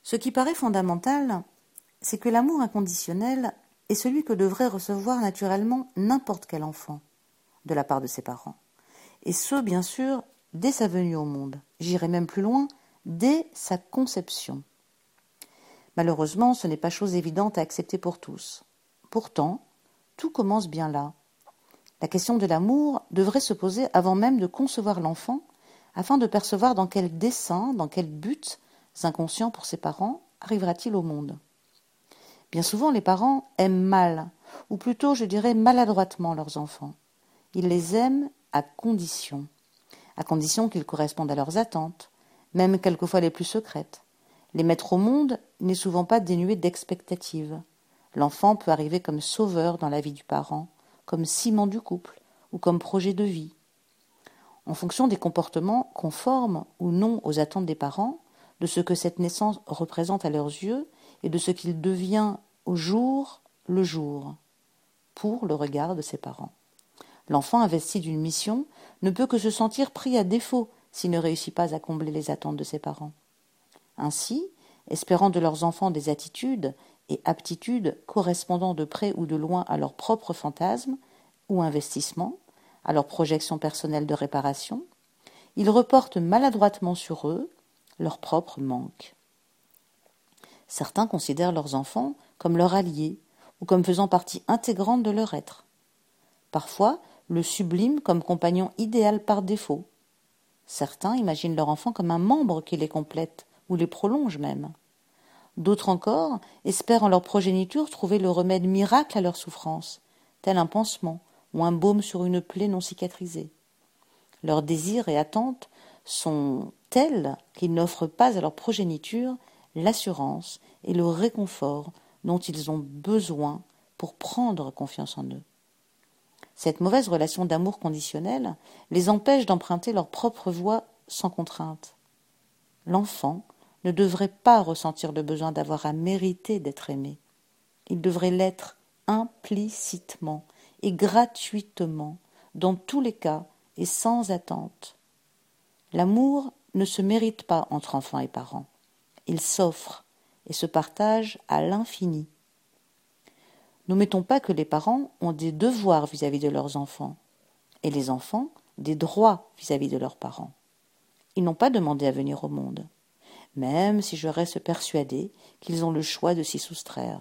Ce qui paraît fondamental, c'est que l'amour inconditionnel est celui que devrait recevoir naturellement n'importe quel enfant de la part de ses parents. Et ce, bien sûr, dès sa venue au monde. J'irai même plus loin, dès sa conception. Malheureusement, ce n'est pas chose évidente à accepter pour tous. Pourtant, tout commence bien là. La question de l'amour devrait se poser avant même de concevoir l'enfant, afin de percevoir dans quel dessein, dans quel but inconscient pour ses parents arrivera-t-il au monde. Bien souvent, les parents aiment mal, ou plutôt, je dirais, maladroitement leurs enfants. Ils les aiment à condition qu'ils correspondent à leurs attentes, même quelquefois les plus secrètes. Les mettre au monde n'est souvent pas dénué d'expectatives. L'enfant peut arriver comme sauveur dans la vie du parent, comme ciment du couple ou comme projet de vie. En fonction des comportements conformes ou non aux attentes des parents, de ce que cette naissance représente à leurs yeux et de ce qu'il devient au jour le jour, pour le regard de ses parents. L'enfant investi d'une mission ne peut que se sentir pris à défaut s'il ne réussit pas à combler les attentes de ses parents. Ainsi, espérant de leurs enfants des attitudes et aptitudes correspondant de près ou de loin à leurs propres fantasmes ou investissements, à leurs projections personnelles de réparation, ils reportent maladroitement sur eux leurs propres manques. Certains considèrent leurs enfants comme leurs alliés ou comme faisant partie intégrante de leur être. Parfois, le sublime comme compagnon idéal par défaut. Certains imaginent leur enfant comme un membre qui les complète ou les prolonge même. D'autres encore espèrent en leur progéniture trouver le remède miracle à leur souffrance, tel un pansement ou un baume sur une plaie non cicatrisée. Leurs désirs et attentes sont tels qu'ils n'offrent pas à leur progéniture l'assurance et le réconfort dont ils ont besoin pour prendre confiance en eux. Cette mauvaise relation d'amour conditionnel les empêche d'emprunter leur propre voie sans contrainte. L'enfant ne devrait pas ressentir le besoin d'avoir à mériter d'être aimé. Il devrait l'être implicitement et gratuitement, dans tous les cas et sans attente. L'amour ne se mérite pas entre enfants et parents. Il s'offre et se partage à l'infini. N'omettons pas que les parents ont des devoirs vis-à-vis de leurs enfants et les enfants des droits vis-à-vis de leurs parents. Ils n'ont pas demandé à venir au monde, même si je reste persuadée qu'ils ont le choix de s'y soustraire.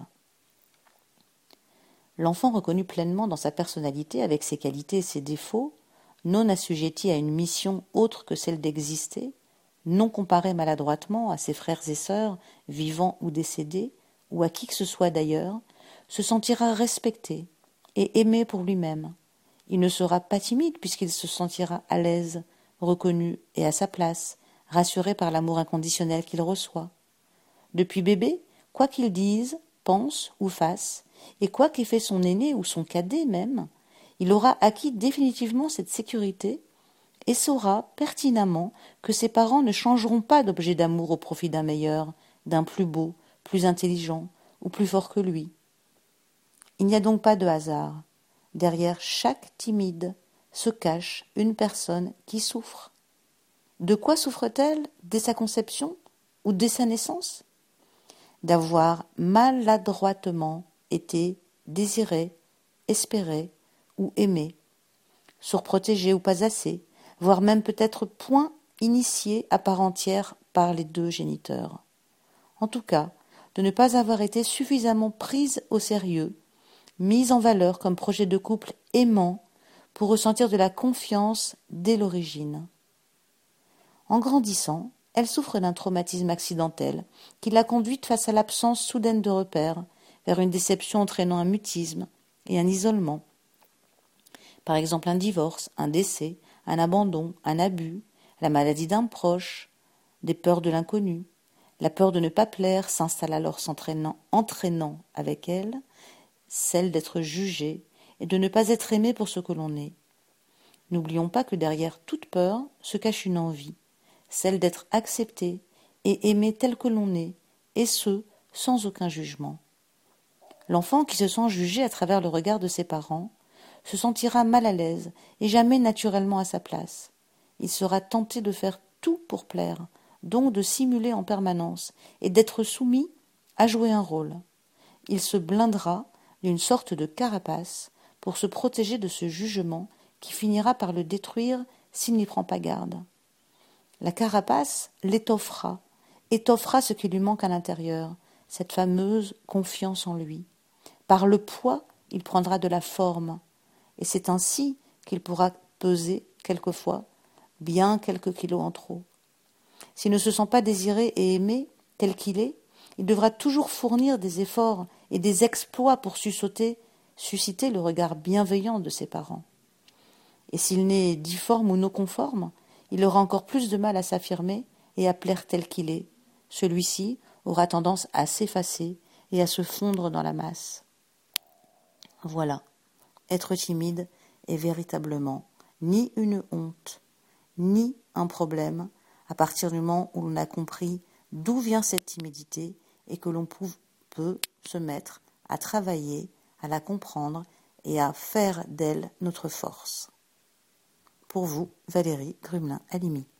L'enfant reconnu pleinement dans sa personnalité avec ses qualités et ses défauts, non assujetti à une mission autre que celle d'exister, non comparé maladroitement à ses frères et sœurs, vivants ou décédés, ou à qui que ce soit d'ailleurs, se sentira respecté et aimé pour lui-même. Il ne sera pas timide puisqu'il se sentira à l'aise, reconnu et à sa place, rassuré par l'amour inconditionnel qu'il reçoit. Depuis bébé, quoi qu'il dise, pense ou fasse, et quoi qu'ait fait son aîné ou son cadet même, il aura acquis définitivement cette sécurité et saura pertinemment que ses parents ne changeront pas d'objet d'amour au profit d'un meilleur, d'un plus beau, plus intelligent ou plus fort que lui. Il n'y a donc pas de hasard. Derrière chaque timide se cache une personne qui souffre. De quoi souffre-t-elle dès sa conception ou dès sa naissance ? D'avoir maladroitement été désirée, espérée ou aimée, surprotégée ou pas assez, voire même peut-être point initiée à part entière par les deux géniteurs. En tout cas, de ne pas avoir été suffisamment prise au sérieux, mise en valeur comme projet de couple aimant pour ressentir de la confiance dès l'origine. En grandissant, elle souffre d'un traumatisme accidentel qui l'a conduite face à l'absence soudaine de repères, vers une déception entraînant un mutisme et un isolement. Par exemple un divorce, un décès, un abandon, un abus, la maladie d'un proche, des peurs de l'inconnu. La peur de ne pas plaire s'installe alors entraînant avec elle celle d'être jugée et de ne pas être aimée pour ce que l'on est. N'oublions pas que derrière toute peur se cache une envie, celle d'être accepté et aimé tel que l'on est, et ce, sans aucun jugement. L'enfant qui se sent jugé à travers le regard de ses parents se sentira mal à l'aise et jamais naturellement à sa place. Il sera tenté de faire tout pour plaire, donc de simuler en permanence et d'être soumis à jouer un rôle. Il se blindera d'une sorte de carapace pour se protéger de ce jugement qui finira par le détruire s'il n'y prend pas garde. La carapace l'étoffera ce qui lui manque à l'intérieur, cette fameuse confiance en lui. Par le poids, il prendra de la forme, et c'est ainsi qu'il pourra peser, quelquefois, bien quelques kilos en trop. S'il ne se sent pas désiré et aimé tel qu'il est, il devra toujours fournir des efforts et des exploits pour susciter le regard bienveillant de ses parents. Et s'il n'est difforme ou non conforme, il aura encore plus de mal à s'affirmer et à plaire tel qu'il est. Celui-ci aura tendance à s'effacer et à se fondre dans la masse. Voilà, être timide est véritablement ni une honte, ni un problème, à partir du moment où l'on a compris d'où vient cette timidité et que l'on peut se mettre à travailler, à la comprendre et à faire d'elle notre force. Pour vous, Valérie Grumelin-Halimi.